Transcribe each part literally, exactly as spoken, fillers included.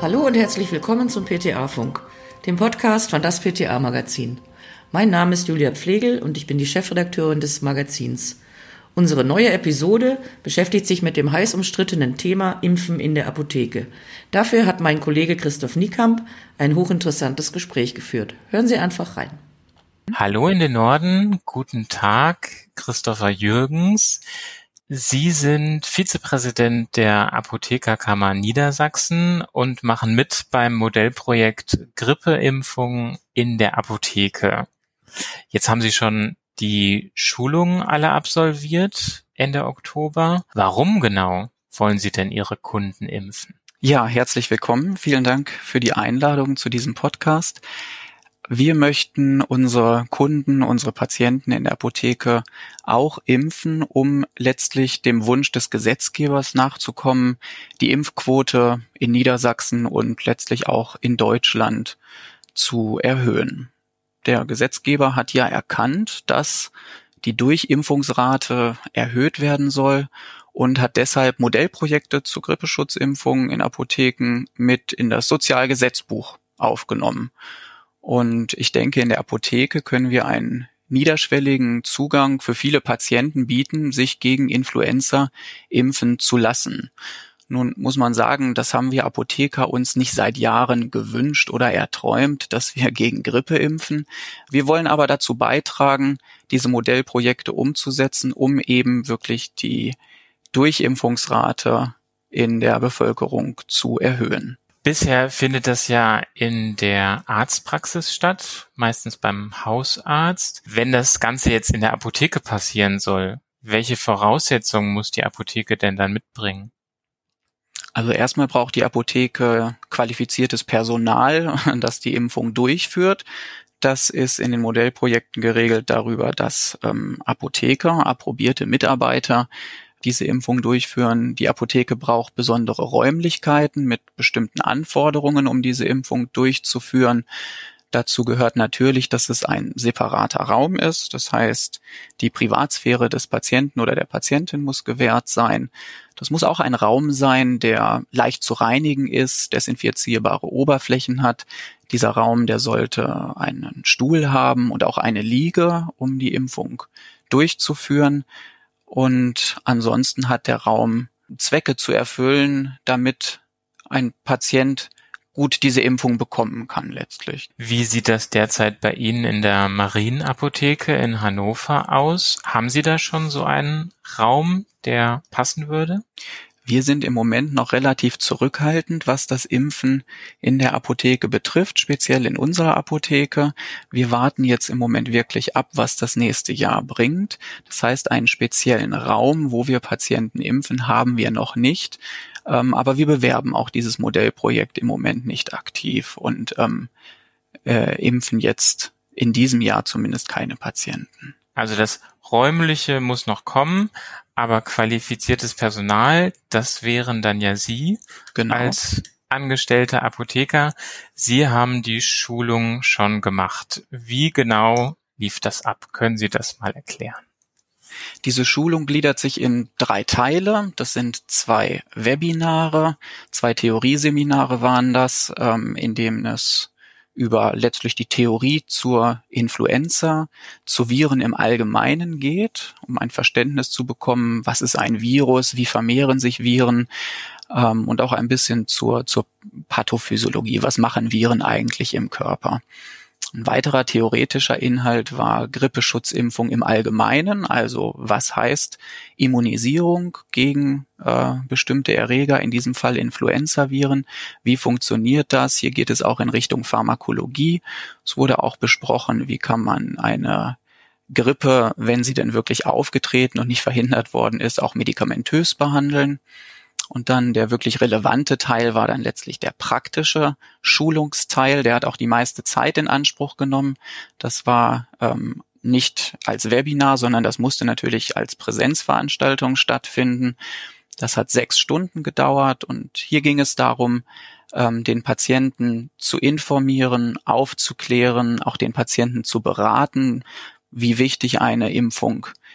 Hallo und herzlich willkommen zum P T A-Funk, dem Podcast von das P T A-Magazin. Mein Name ist Julia Pflegel und ich bin die Chefredakteurin des Magazins. Unsere neue Episode beschäftigt sich mit dem heiß umstrittenen Thema Impfen in der Apotheke. Dafür hat mein Kollege Christoph Niekamp ein hochinteressantes Gespräch geführt. Hören Sie einfach rein. Hallo in den Norden, guten Tag, Christopher Jürgens. Sie sind Vizepräsident der Apothekerkammer Niedersachsen und machen mit beim Modellprojekt Grippeimpfung in der Apotheke. Jetzt haben Sie schon die Schulungen alle absolviert, Ende Oktober. Warum genau wollen Sie denn Ihre Kunden impfen? Ja, herzlich willkommen. Vielen Dank für die Einladung zu diesem Podcast. Wir möchten unsere Kunden, unsere Patienten in der Apotheke auch impfen, um letztlich dem Wunsch des Gesetzgebers nachzukommen, die Impfquote in Niedersachsen und letztlich auch in Deutschland zu erhöhen. Der Gesetzgeber hat ja erkannt, dass die Durchimpfungsrate erhöht werden soll und hat deshalb Modellprojekte zur Grippeschutzimpfung in Apotheken mit in das Sozialgesetzbuch aufgenommen. Und ich denke, in der Apotheke können wir einen niederschwelligen Zugang für viele Patienten bieten, sich gegen Influenza impfen zu lassen. Nun muss man sagen, das haben wir Apotheker uns nicht seit Jahren gewünscht oder erträumt, dass wir gegen Grippe impfen. Wir wollen aber dazu beitragen, diese Modellprojekte umzusetzen, um eben wirklich die Durchimpfungsrate in der Bevölkerung zu erhöhen. Bisher findet das ja in der Arztpraxis statt, meistens beim Hausarzt. Wenn das Ganze jetzt in der Apotheke passieren soll, welche Voraussetzungen muss die Apotheke denn dann mitbringen? Also erstmal braucht die Apotheke qualifiziertes Personal, das die Impfung durchführt. Das ist in den Modellprojekten geregelt darüber, dass ähm, Apotheker, approbierte Mitarbeiter diese Impfung durchführen. Die Apotheke braucht besondere Räumlichkeiten mit bestimmten Anforderungen, um diese Impfung durchzuführen. Dazu gehört natürlich, dass es ein separater Raum ist. Das heißt, die Privatsphäre des Patienten oder der Patientin muss gewährt sein. Das muss auch ein Raum sein, der leicht zu reinigen ist, desinfizierbare Oberflächen hat. Dieser Raum, der sollte einen Stuhl haben und auch eine Liege, um die Impfung durchzuführen. Und ansonsten hat der Raum Zwecke zu erfüllen, damit ein Patient gut diese Impfung bekommen kann letztlich. Wie sieht das derzeit bei Ihnen in der Marienapotheke in Hannover aus? Haben Sie da schon so einen Raum, der passen würde? Wir sind im Moment noch relativ zurückhaltend, was das Impfen in der Apotheke betrifft, speziell in unserer Apotheke. Wir warten jetzt im Moment wirklich ab, was das nächste Jahr bringt. Das heißt, einen speziellen Raum, wo wir Patienten impfen, haben wir noch nicht. Ähm, aber wir bewerben auch dieses Modellprojekt im Moment nicht aktiv und ähm, äh, impfen jetzt in diesem Jahr zumindest keine Patienten. Also das Räumliche muss noch kommen, aber qualifiziertes Personal, das wären dann ja Sie Genau. Als angestellter Apotheker. Sie haben die Schulung schon gemacht. Wie genau lief das ab? Können Sie das mal erklären? Diese Schulung gliedert sich in drei Teile. Das sind zwei Webinare, zwei Theorieseminare waren das, ähm, in dem es über letztlich die Theorie zur Influenza, zu Viren im Allgemeinen geht, um ein Verständnis zu bekommen, was ist ein Virus, wie vermehren sich Viren, ähm, und auch ein bisschen zur, zur Pathophysiologie, was machen Viren eigentlich im Körper. Ein weiterer theoretischer Inhalt war Grippeschutzimpfung im Allgemeinen, also was heißt Immunisierung gegen äh, bestimmte Erreger, in diesem Fall Influenzaviren, wie funktioniert das? Hier geht es auch in Richtung Pharmakologie. Es wurde auch besprochen, wie kann man eine Grippe, wenn sie denn wirklich aufgetreten und nicht verhindert worden ist, auch medikamentös behandeln. Und dann der wirklich relevante Teil war dann letztlich der praktische Schulungsteil. Der hat auch die meiste Zeit in Anspruch genommen. Das war ähm, nicht als Webinar, sondern das musste natürlich als Präsenzveranstaltung stattfinden. Das hat sechs Stunden gedauert und hier ging es darum, ähm, den Patienten zu informieren, aufzuklären, auch den Patienten zu beraten, wie wichtig eine Impfung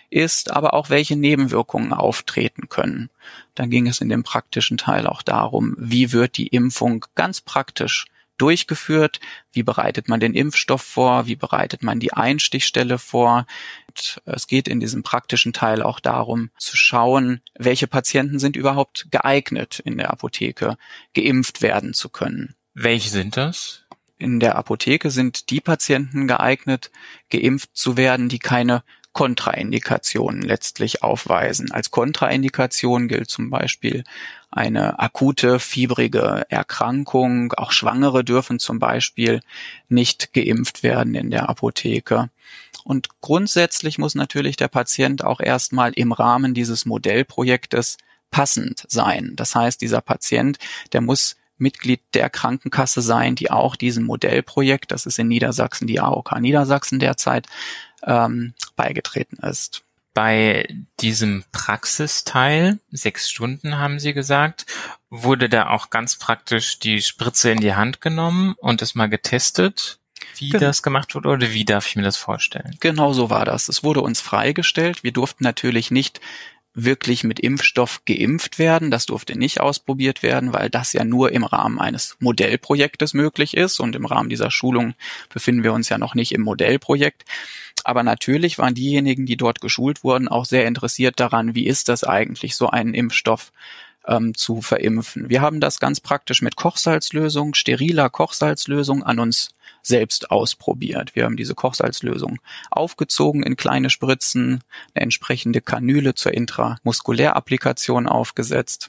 ist, aber auch welche Nebenwirkungen auftreten können. Dann ging es in dem praktischen Teil auch darum, wie wird die Impfung ganz praktisch durchgeführt, wie bereitet man den Impfstoff vor, wie bereitet man die Einstichstelle vor. Und es geht in diesem praktischen Teil auch darum, zu schauen, welche Patienten sind überhaupt geeignet, in der Apotheke geimpft werden zu können. Welche sind das? In der Apotheke sind die Patienten geeignet, geimpft zu werden, die keine Kontraindikationen letztlich aufweisen. Als Kontraindikation gilt zum Beispiel eine akute, fiebrige Erkrankung. Auch Schwangere dürfen zum Beispiel nicht geimpft werden in der Apotheke. Und grundsätzlich muss natürlich der Patient auch erstmal im Rahmen dieses Modellprojektes passend sein. Das heißt, dieser Patient, der muss Mitglied der Krankenkasse sein, die auch diesem Modellprojekt, das ist in Niedersachsen die A O K Niedersachsen derzeit, ähm, beigetreten ist. Bei diesem Praxisteil, sechs Stunden haben Sie gesagt, wurde da auch ganz praktisch die Spritze in die Hand genommen und es mal getestet, wie Genau. das gemacht wurde, oder wie darf ich mir das vorstellen? Genau so war das. Es wurde uns freigestellt. Wir durften natürlich nicht wirklich mit Impfstoff geimpft werden. Das durfte nicht ausprobiert werden, weil das ja nur im Rahmen eines Modellprojektes möglich ist. Und im Rahmen dieser Schulung befinden wir uns ja noch nicht im Modellprojekt. Aber natürlich waren diejenigen, die dort geschult wurden, auch sehr interessiert daran, wie ist das eigentlich, so einen Impfstoff ähm, zu verimpfen. Wir haben das ganz praktisch mit Kochsalzlösung, steriler Kochsalzlösung an uns selbst ausprobiert. Wir haben diese Kochsalzlösung aufgezogen in kleine Spritzen, eine entsprechende Kanüle zur Intramuskulärapplikation aufgesetzt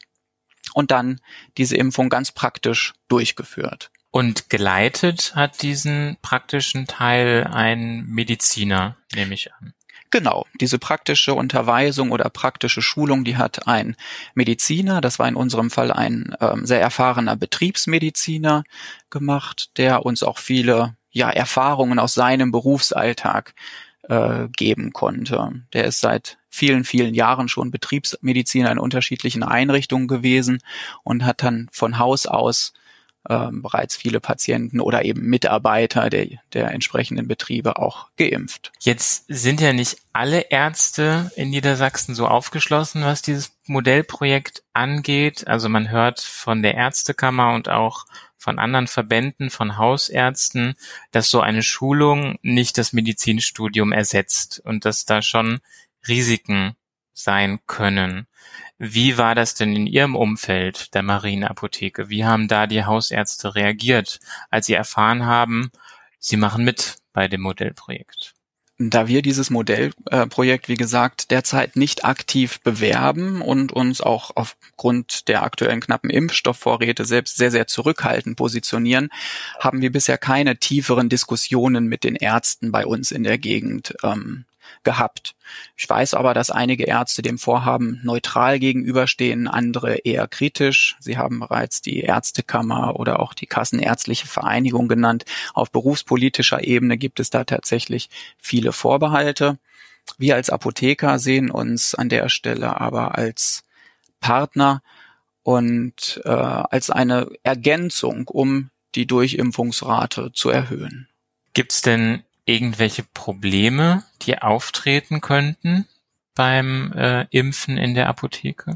und dann diese Impfung ganz praktisch durchgeführt. Und geleitet hat diesen praktischen Teil ein Mediziner, nehme ich an. Genau, diese praktische Unterweisung oder praktische Schulung, die hat ein Mediziner, das war in unserem Fall ein ähm, sehr erfahrener Betriebsmediziner gemacht, der uns auch viele ja Erfahrungen aus seinem Berufsalltag äh, geben konnte. Der ist seit vielen, vielen Jahren schon Betriebsmediziner in unterschiedlichen Einrichtungen gewesen und hat dann von Haus aus Ähm, bereits viele Patienten oder eben Mitarbeiter der, der entsprechenden Betriebe auch geimpft. Jetzt sind ja nicht alle Ärzte in Niedersachsen so aufgeschlossen, was dieses Modellprojekt angeht. Also man hört von der Ärztekammer und auch von anderen Verbänden, von Hausärzten, dass so eine Schulung nicht das Medizinstudium ersetzt und dass da schon Risiken sein können. Wie war das denn in Ihrem Umfeld der Marienapotheke? Wie haben da die Hausärzte reagiert, als sie erfahren haben, sie machen mit bei dem Modellprojekt? Da wir dieses Modellprojekt, wie gesagt, derzeit nicht aktiv bewerben und uns auch aufgrund der aktuellen knappen Impfstoffvorräte selbst sehr, sehr zurückhaltend positionieren, haben wir bisher keine tieferen Diskussionen mit den Ärzten bei uns in der Gegend ähm, gehabt. Ich weiß aber, dass einige Ärzte dem Vorhaben neutral gegenüberstehen, andere eher kritisch. Sie haben bereits die Ärztekammer oder auch die Kassenärztliche Vereinigung genannt. Auf berufspolitischer Ebene gibt es da tatsächlich viele Vorbehalte. Wir als Apotheker sehen uns an der Stelle aber als Partner und äh, als eine Ergänzung, um die Durchimpfungsrate zu erhöhen. Gibt's denn irgendwelche Probleme, die auftreten könnten beim äh, Impfen in der Apotheke?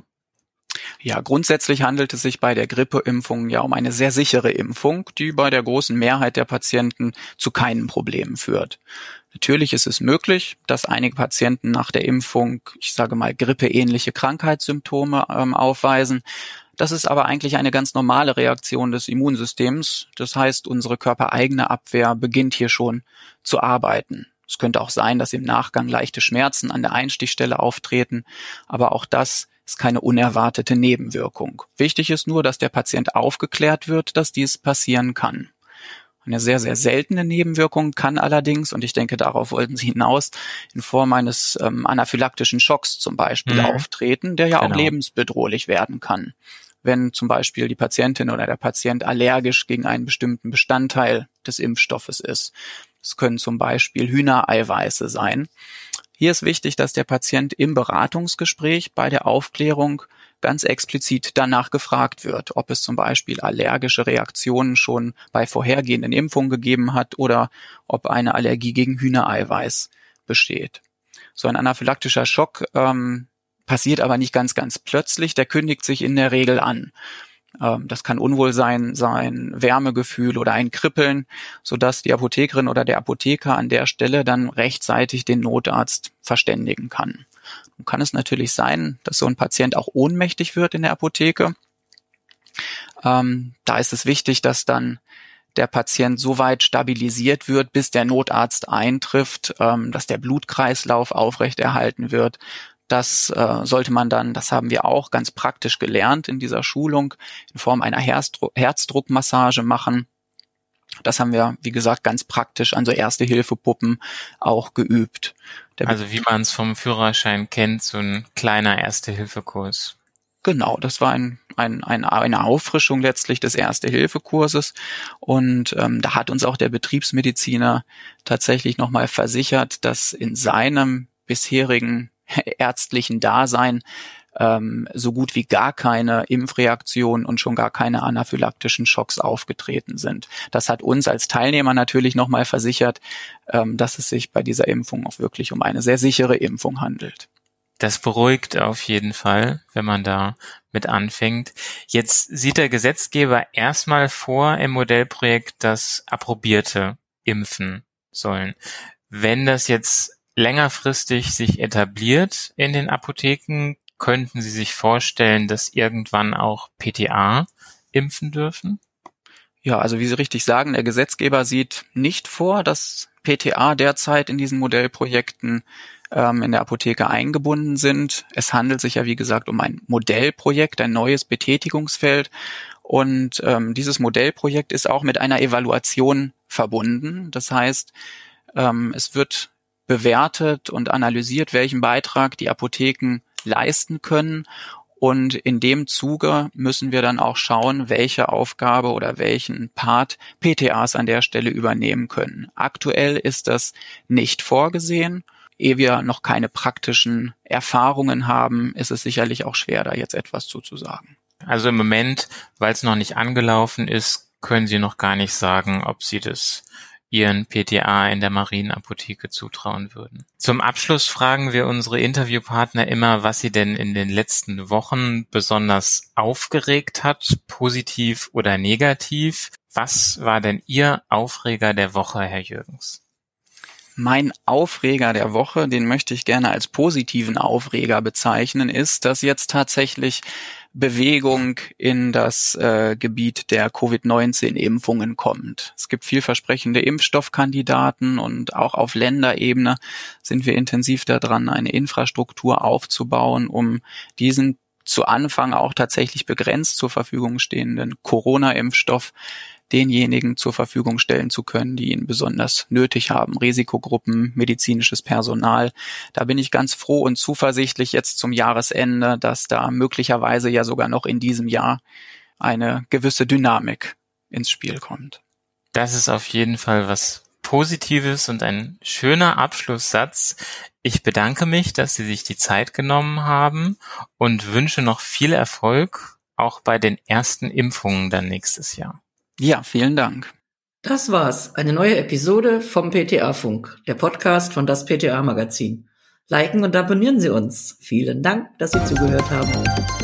Ja, grundsätzlich handelt es sich bei der Grippeimpfung ja um eine sehr sichere Impfung, die bei der großen Mehrheit der Patienten zu keinen Problemen führt. Natürlich ist es möglich, dass einige Patienten nach der Impfung, ich sage mal, grippeähnliche Krankheitssymptome ähm, aufweisen. Das ist aber eigentlich eine ganz normale Reaktion des Immunsystems. Das heißt, unsere körpereigene Abwehr beginnt hier schon zu arbeiten. Es könnte auch sein, dass im Nachgang leichte Schmerzen an der Einstichstelle auftreten, aber auch das ist keine unerwartete Nebenwirkung. Wichtig ist nur, dass der Patient aufgeklärt wird, dass dies passieren kann. Eine sehr, sehr seltene Nebenwirkung kann allerdings, und ich denke, darauf wollten Sie hinaus, in Form eines ähm, anaphylaktischen Schocks zum Beispiel mhm. auftreten, der ja genau. auch lebensbedrohlich werden kann. Wenn zum Beispiel die Patientin oder der Patient allergisch gegen einen bestimmten Bestandteil des Impfstoffes ist. Es können zum Beispiel Hühnereiweiße sein. Hier ist wichtig, dass der Patient im Beratungsgespräch bei der Aufklärung ganz explizit danach gefragt wird, ob es zum Beispiel allergische Reaktionen schon bei vorhergehenden Impfungen gegeben hat oder ob eine Allergie gegen Hühnereiweiß besteht. So ein anaphylaktischer Schock ähm, passiert aber nicht ganz, ganz plötzlich. Der kündigt sich in der Regel an. Ähm, das kann Unwohlsein sein, Wärmegefühl oder ein Kribbeln, sodass die Apothekerin oder der Apotheker an der Stelle dann rechtzeitig den Notarzt verständigen kann. Nun kann es natürlich sein, dass so ein Patient auch ohnmächtig wird in der Apotheke. Ähm, da ist es wichtig, dass dann der Patient so weit stabilisiert wird, bis der Notarzt eintrifft, ähm, dass der Blutkreislauf aufrechterhalten wird. Das äh, sollte man dann, das haben wir auch ganz praktisch gelernt in dieser Schulung, in Form einer Herzdru- Herzdruckmassage machen. Das haben wir, wie gesagt, ganz praktisch an so Erste-Hilfe-Puppen auch geübt. Der also wie man es vom Führerschein kennt, so ein kleiner Erste-Hilfe-Kurs. Genau, das war ein, ein, ein, eine Auffrischung letztlich des Erste-Hilfe-Kurses und ähm, da hat uns auch der Betriebsmediziner tatsächlich nochmal versichert, dass in seinem bisherigen ärztlichen Dasein ähm, so gut wie gar keine Impfreaktionen und schon gar keine anaphylaktischen Schocks aufgetreten sind. Das hat uns als Teilnehmer natürlich nochmal versichert, ähm, dass es sich bei dieser Impfung auch wirklich um eine sehr sichere Impfung handelt. Das beruhigt auf jeden Fall, wenn man da mit anfängt. Jetzt sieht der Gesetzgeber erstmal vor im Modellprojekt, dass Approbierte impfen sollen. Wenn das jetzt längerfristig sich etabliert in den Apotheken, könnten Sie sich vorstellen, dass irgendwann auch P T A impfen dürfen? Ja, also wie Sie richtig sagen, der Gesetzgeber sieht nicht vor, dass P T A derzeit in diesen Modellprojekten ähm, in der Apotheke eingebunden sind. Es handelt sich ja, wie gesagt, um ein Modellprojekt, ein neues Betätigungsfeld. Und ähm, dieses Modellprojekt ist auch mit einer Evaluation verbunden. Das heißt, ähm, es wird bewertet und analysiert, welchen Beitrag die Apotheken leisten können. Und in dem Zuge müssen wir dann auch schauen, welche Aufgabe oder welchen Part P T As an der Stelle übernehmen können. Aktuell ist das nicht vorgesehen. Ehe wir noch keine praktischen Erfahrungen haben, ist es sicherlich auch schwer, da jetzt etwas zuzusagen. Also im Moment, weil es noch nicht angelaufen ist, können Sie noch gar nicht sagen, ob Sie das Ihren P T A in der Marienapotheke zutrauen würden. Zum Abschluss fragen wir unsere Interviewpartner immer, was sie denn in den letzten Wochen besonders aufgeregt hat, positiv oder negativ. Was war denn Ihr Aufreger der Woche, Herr Jürgens? Mein Aufreger der Woche, den möchte ich gerne als positiven Aufreger bezeichnen, ist, dass jetzt tatsächlich Bewegung in das äh, Gebiet der Covid neunzehn Impfungen kommt. Es gibt vielversprechende Impfstoffkandidaten und auch auf Länderebene sind wir intensiv daran, eine Infrastruktur aufzubauen, um diesen zu Anfang auch tatsächlich begrenzt zur Verfügung stehenden Corona-Impfstoff denjenigen zur Verfügung stellen zu können, die ihn besonders nötig haben. Risikogruppen, medizinisches Personal. Da bin ich ganz froh und zuversichtlich jetzt zum Jahresende, dass da möglicherweise ja sogar noch in diesem Jahr eine gewisse Dynamik ins Spiel kommt. Das ist auf jeden Fall was Positives und ein schöner Abschlusssatz. Ich bedanke mich, dass Sie sich die Zeit genommen haben und wünsche noch viel Erfolg, auch bei den ersten Impfungen dann nächstes Jahr. Ja, vielen Dank. Das war's. Eine neue Episode vom P T A-Funk, der Podcast von das P T A-Magazin. Liken und abonnieren Sie uns. Vielen Dank, dass Sie zugehört haben.